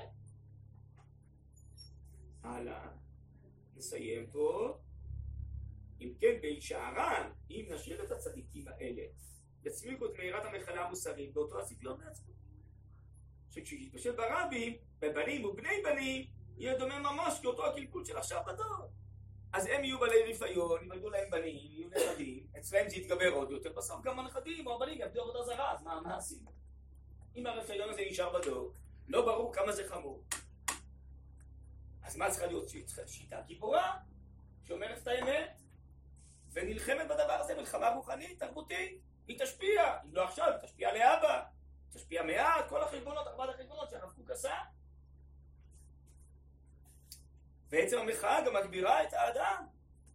הלאה, נסיים פה. אם כן, בישערן, אם נשאיר את הצדיקים האלה יצמיחו את מהירת המחלה המוסרית באותו הסגנון לעצמו, שכשיתבשל ברבים, בבנים ובני בנים, יהיה דומה ממש כאותו הקלקול של עכשיו בדור. אז הם יהיו בעלי רפיון, ימלדו להם בנים, יהיו נכדים, אצלהם זה יתגבר עוד יותר, בסוף גם הנכדים או הבנים יעבדו עבודה זרה, אז מה, מה עשינו? אם הרפיון הזה נשאר בדור, לא ברור כמה זה חמור. אז מה צריכה להיות שיטה גיבורה, שאומרת את האמת, ונלחמת בדבר הזה, מלחמה רוחנית, תרבותית, היא תשפיע, אם לא עכשיו, היא תשפיע לאבא, תשפיע מעט, כל החשבונות, ארבעת החשבונות שהרב קוק עשה. בעצם המחאה גם מגבירה את האדם.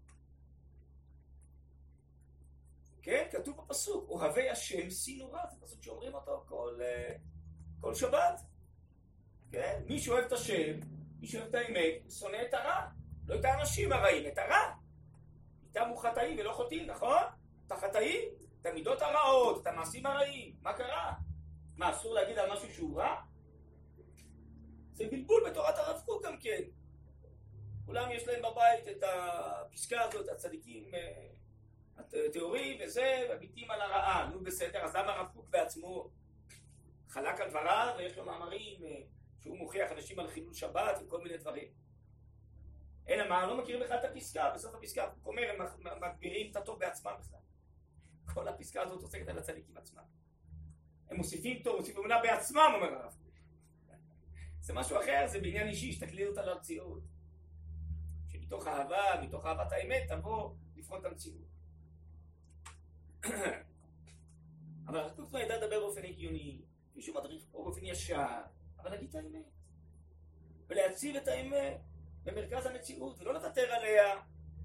כן, כתוב בפסוק, אוהבי השם שנאו רע, זה פסוק שאומרים אותו כל, כל שבת. כן, מי שאוהב את השם, מי שאוהב את האמת, הוא שונא את הרע. לא את האנשים הרעים, את הרע. איתם הוא חטאים ולא חוטאים, נכון? אתה חטאים, את המידות הרעות, את המעשים הרעים. מה קרה? מה, אסור להגיד על משהו שהוא רע? זה בלבול בתורת הרב קוק גם כן. כולם יש להם בבית את הפסקה הזאת, הצדיקים התיאורי וזה, והביטים על הרעה. נו בסדר, אז למה הרב קוק בעצמו חלק על דבריו, ויש לו מאמרים שהוא מוכיח אנשים על חילול שבת וכל מיני דברים. אלא מה, לא מכירים בכלל את הפסקה, בסוף הפסקה הוא אומר, הם מגבירים את הטוב בעצמם בכלל. כל הפסקה הזאת עוסקת על הצדיקים עצמם. הם מוסיפים טוב, מוסיפים מילה בעצמם, אומר הרב. זה משהו אחר, זה בעניין אישי, שתקליל אותה למציאות. שמתוך אהבה, מתוך אהבת האמת, תבוא לפחות את המציאות. אבל הרב קוק לא ידע לדבר באופן הגיוני, מישהו מדריך פה באופן ישר, אבל להגיד את האמת. ולהציב את האמת במרכז המציאות, ולא לוותר עליה.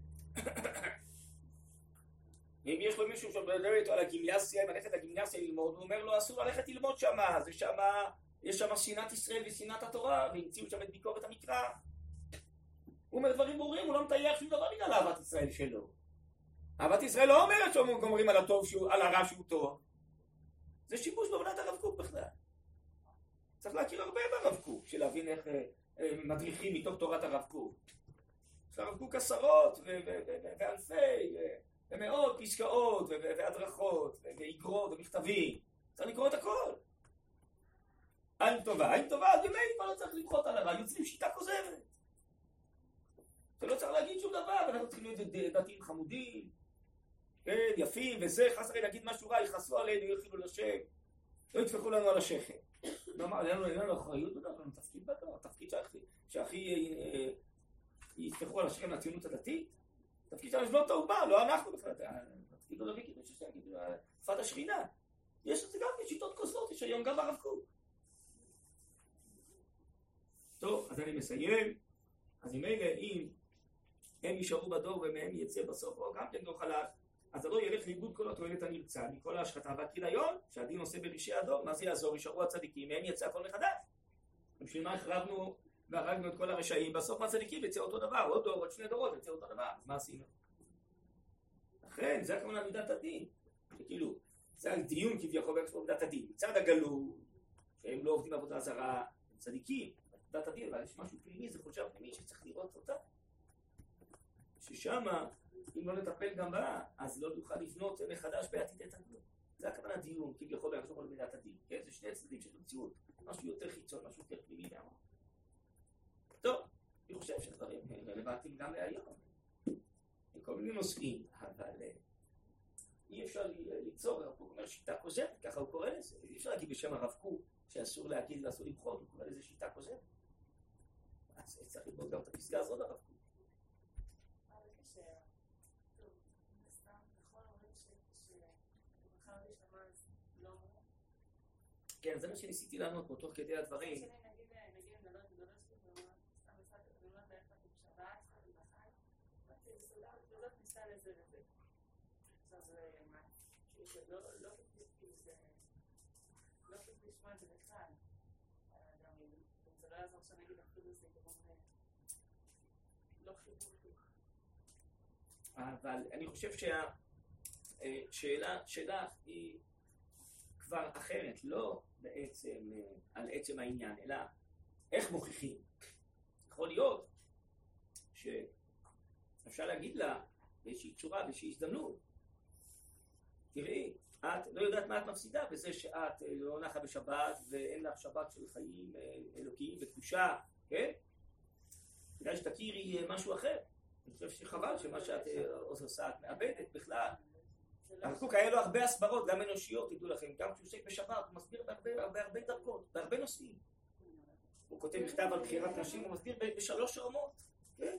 ואם יש לו מישהו שמדבר איתו על הגימנסיה, אם ללכת לגימנסיה ללמוד, הוא אומר לו, אסור ללכת ללמוד שמה, זה שמה, יש שם שנאת ישראל ושנאת התורה, והמציאו שם את ביקורת המקרא. הוא אומר דברים ברורים, הוא לא מטייח שום דבר בגלל אהבת ישראל שלו. אהבת ישראל לא אומרת שאומרים גומרים על הטוב, שהוא, על הרע שהוא טוב. זה שיבוש בעבודת הרב קוק בכלל. צריך להכיר הרבה ברב קוק, של להבין איך מדריכים מתוך תורת הרב קוק. יש לרב קוק עשרות ואלפי ומאות פסקאות והדרכות ואיגרות ומכתבים. צריך לקרוא את הכל. עין טובה, עין טובה, אז באמת כבר לא צריך למחות על הרע, יוצרים שיטה כוזבת. אתה לא צריך להגיד שום דבר, ואנחנו צריכים להיות דתיים חמודים, כן, יפים וזה, חס הרי להגיד משהו רע, יכעסו עלינו, יחילו לשם, לא ידפקו לנו על השכם. לא, אין לנו אחריות בדבר, אין לנו תפקיד בדבר, תפקיד שהכי יתפקו על השכם לציונות הדתית, תפקיד שלנו לא תאובה, לא אנחנו בכלל, תפקיד לא להביא קידוש השם, שפת השכינה. יש את זה גם שיטות כוזבות, יש היום גם ברב קוק. טוב, אז אני מסיים. אז אם אלה, אם הם יישארו בדור ומהם יצא בסוף, או גם כן דור חלש, אז הדור ילך לאיבוד כל התועלת הנרצה, מכל ההשחתה והכיליון, שהדין עושה בראשי הדור. מה זה יעזור? יישארו הצדיקים, מהם יצא הכל מחדש. בשביל מה החרבנו והרגנו את כל הרשעים? בסוף מהצדיקים יצא אותו דבר, עוד דור, עוד שני דורות יצא אותו דבר. אז מה עשינו? לכן, זה הכוונה מידת הדין. שכאילו, זה הדיון כביכול באקספור מידת הדין. מצד הגלות, שהם לא עובדים בעבודה זרה, הם צדיקים. מידת הדין, אבל יש משהו פנימי, זה חולשה פנימי שצריך לראות אותה. ששמה, אם לא נטפל גם בה, אז לא נוכל לבנות מחדש בעתיד את הדין. זה הכוונה דיון, כביכול באקספור מידת הדין. כן? זה שני צדדים של המציאות. משהו יותר חיצון, משהו יותר פנימי מהמון. טוב, אני חושב שהדברים רלוונטיים גם להיום. כל מיני נושאים, אבל אי אפשר ליצור, הרב קוק אומר שיטה כוזבת, ככה הוא קורא לזה. אי אפשר להגיד בשם הרב קוק שאסור להגיד ואסור למחות, הוא קורא לזה שיטה כוזבת. אז צריך ללמוד גם את הפסגה הזאת הרב קוק. אבל כשטוב, סתם נכון אומרים שמחר לשמה אז לא אמרו? כן, זה מה שניסיתי לענות פה תוך כדי הדברים. נגיד, נגיד, נדבר את גדול שלי, סתם אחד, אני אומרת איך אתה בשבת, בחי, וזאת ניסה לזה וזה. עכשיו זה מה? לא כיף לשמוע את זה בכלל. גם אם זה לא יעזור שנגיד אפילו זה כמו לא חיבור. אבל אני חושב שה... שאלה שלך היא כבר אחרת, לא בעצם על עצם העניין, אלא איך מוכיחים. יכול להיות שאפשר להגיד לה באיזושהי צורה, באיזושהי הזדמנות, תראי, את לא יודעת מה את מפסידה בזה שאת לא נחה בשבת ואין לך שבת של חיים אלוקיים וקדושה, כן? כדאי שתכירי משהו אחר. אני חושב שחבל שמה שאת עושה את מאבדת בכלל. הרב קוק היה לו הרבה הסברות, גם אנושיות, תדעו לכם, גם כשהוא עוסק בשבת, הוא מסביר בהרבה הרבה הרבה דרכות, בהרבה נושאים. הוא כותב מכתב על בחירת נשים, הוא מסביר בשלוש רמות, כן?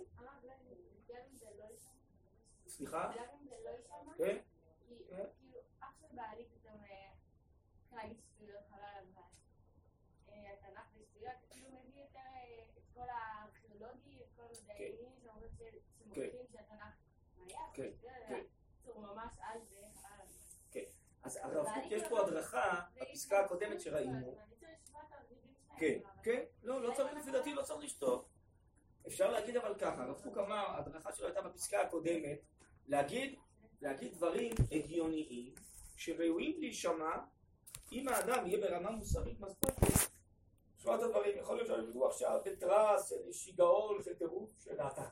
סליחה? כן? כאילו, אח של בעלי פתאום צריך להגיד שטויות חלל על בעל. התנ"ך ושטויות, כאילו מביא יותר את כל הארכיאולוגי, את כל המדענים, שמוכיחים שהתנ"ך היה, הוא ממש על זה חלל על בעל. כן, אז הרב קוק יש פה הדרכה, הפסקה הקודמת שראינו. כן, כן, לא, לא צריך לפי דעתי, לא צריך לשתות. אפשר להגיד אבל ככה, הרב קוק אמר, הדרכה שלו הייתה בפסקה הקודמת, להגיד, להגיד דברים הגיוניים שראויים להישמע אם האדם יהיה ברמה מוסרית מספקת. שמע את הדברים, יכול להיות שאני בטוח עכשיו בטרס, של שיגעון, של טירוף, של אתה.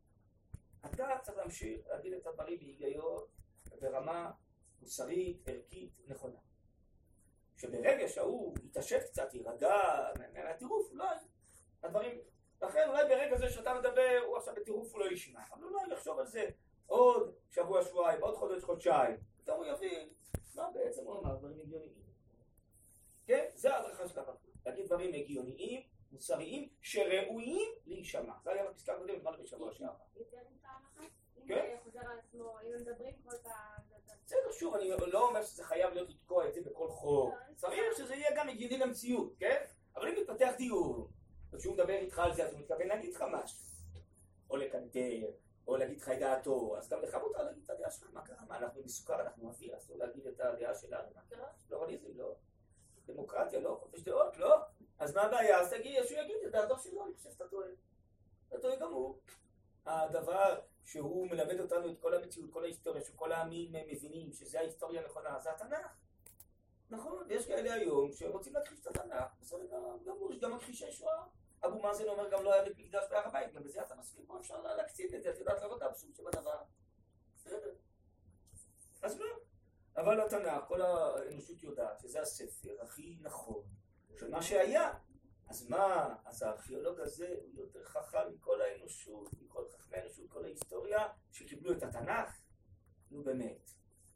אתה צריך להמשיך להגיד את הדברים בהיגיון, ברמה מוסרית, ערכית, נכונה. שברגע שהוא יתעשת קצת, יירגע מהטירוף, אולי הדברים, לכן אולי ברגע זה שאתה מדבר, הוא עכשיו בטירוף הוא לא ישמע, אבל אולי יחשוב על זה עוד שבוע, שבועיים, עוד חודש, חודשיים, פתאום הוא יבין מה בעצם הוא אמר, דברים הגיוניים. כן? זה ההדרכה שלך, להגיד דברים הגיוניים, מוסריים, שראויים להישמע. זה היה בפסקה הקודמת, מה בשבוע שעבר. יותר עם פעם אחת? אם זה חוזר על עצמו, אם הם מדברים כל פעם... בסדר, שוב, אני לא אומר שזה חייב להיות לתקוע את זה בכל חור. צריך שזה יהיה גם הגיוני למציאות, כן? אבל אם מתפתח דיון, וכשהוא מדבר איתך על זה, אז הוא מתכוון להגיד לך משהו. או לקנטר, או להגיד לך את דעתו, אז גם לך מותר להגיד את הדעה שלך, מה קרה? מה, אנחנו מסוכר, אנחנו אוויר, אסור להגיד את הדעה שלנו, מה קרה? פלורליזם, לא. דמוקרטיה, לא. חופש דעות, לא. אז מה הבעיה? אז תגיד, שהוא יגיד את דעתו שלו, אני חושב שאתה טועה. אתה טועה גם הוא. הדבר שהוא מלמד אותנו את כל המציאות, כל ההיסטוריה, שכל העמים מבינים שזה ההיסטוריה הנכונה, זה התנ"ך. נכון, יש כאלה היום שרוצים להכחיש את התנ"ך, בסדר גמור, יש גם מכחישי שואה. אבו מאזן אומר גם לא היה בית מקדש בהר הבית, גם בזה אתה מסכים, פה אפשר להקצין את זה, את יודעת לראות את האבסורד שבדבר. בסדר. אז לא. אבל התנ"ך, כל האנושות יודעת שזה הספר הכי נכון של מה שהיה. אז מה? אז הארכיאולוג הזה הוא יותר חכם מכל האנושות, מכל חכמי האנושות, כל ההיסטוריה שקיבלו את התנ"ך? נו באמת.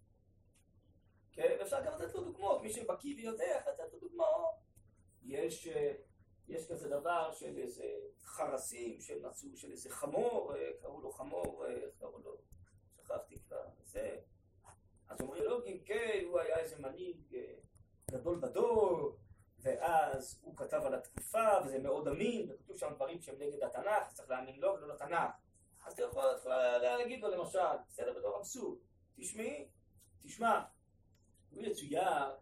כן, ואפשר גם לתת לו דוגמאות, מי שבקיא ויודע, לתת לו דוגמאות. יש, יש כזה דבר של איזה חרסים שמצאו, של איזה חמור, קראו לו חמור, קראו לו, שכחתי כבר, זה. אז אומרים לו, כן, הוא היה איזה מנהיג גדול בדור, ואז הוא כתב על התקופה, וזה מאוד אמין, וכתוב שם דברים שהם נגד התנ"ך, צריך להאמין לו ולא לתנ"ך. אז אתה יכול להגיד לו למשל, בסדר בתור אבסורד, תשמעי, תשמע, הוא יצויר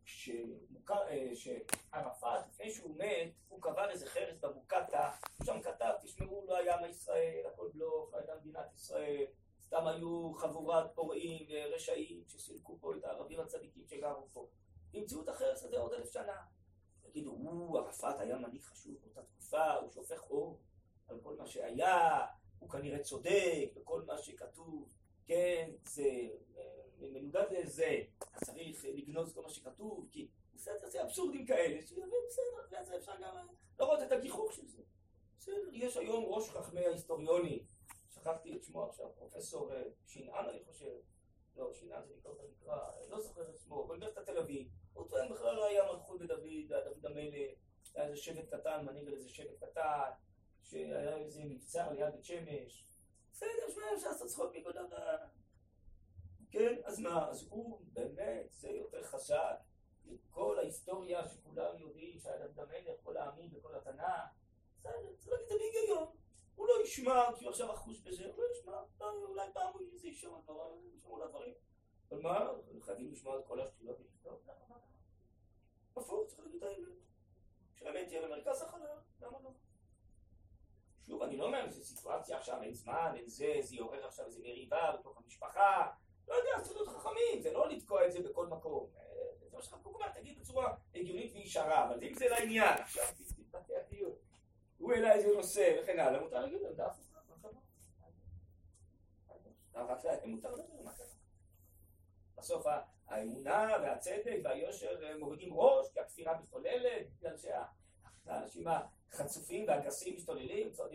שערפאת, לפני שהוא מת, הוא קבר איזה חרס בבוקטה, הוא שם כתב, תשמעו, לא היה מישראל, הכל בלוף, לא הייתה מדינת ישראל, סתם היו חבורת פורעים ורשעים שסילקו פה את הערבים הצדיקים שגרו פה. תמצאו את החרס הזה עוד אלף שנה. תגידו, הוא, ערפאת היה מנהיג חשוב באותה תקופה, הוא שופך אור על כל מה שהיה, הוא כנראה צודק בכל מה שכתוב, כן, זה מנוגד לזה, אז צריך לגנוז כל מה שכתוב, כי בסדר, זה אבסורדים כאלה, שיבין, בסדר, זה אפשר גם לראות את הגיחוך של זה. בסדר, יש היום ראש חכמי ההיסטוריונים, שכחתי את שמו עכשיו, פרופסור שינען, אני חושב, לא, שינען זה נקרא, נקרא, לא זוכר את שמו, באוניברסיטת תל אביב, הוא טוען בכלל לא היה מלכות בדוד, דוד המלך, היה איזה שבט קטן, מנהיג על איזה שבט קטן, שהיה איזה מבצר ליד בית שמש. בסדר, שמע, אפשר לעשות צחוק מכל דבר. כן, אז מה, אז הוא באמת, זה יותר חזק, כל ההיסטוריה שכולם יודעים שהיה דוד המלך, כל העמים וכל התנ"ך, בסדר, צריך להגיד את זה בהיגיון. הוא לא ישמע, כי הוא עכשיו אחוש בזה, הוא לא ישמע, אולי פעם הוא יזה ישמע על הדברים. אבל מה, חייבים לשמוע את כל השטויות ולכתוב? הפוך, צריך להגיד את האמת. שהאמת תהיה במרכז החלל, למה לא? שוב, אני לא אומר, זו סיטואציה עכשיו, אין זמן, אין זה, זה יעורר עכשיו איזו מריבה בתוך המשפחה, לא יודע, סודות חכמים, זה לא לתקוע את זה בכל מקום. זה מה שחכם אומר, תגיד בצורה הגיונית וישרה, אבל אם זה לעניין, עכשיו תתפתח דיון. הוא העלה איזה נושא וכן הלאה, מותר להגיד לו, דף אותך, מה קרה? רק זה, מותר לדבר, מה קרה? בסוף האמונה והצדק והיושר מורידים ראש, כי הכפירה משתוללת, בגלל שהאנשים החצופים והגסים משתוללים,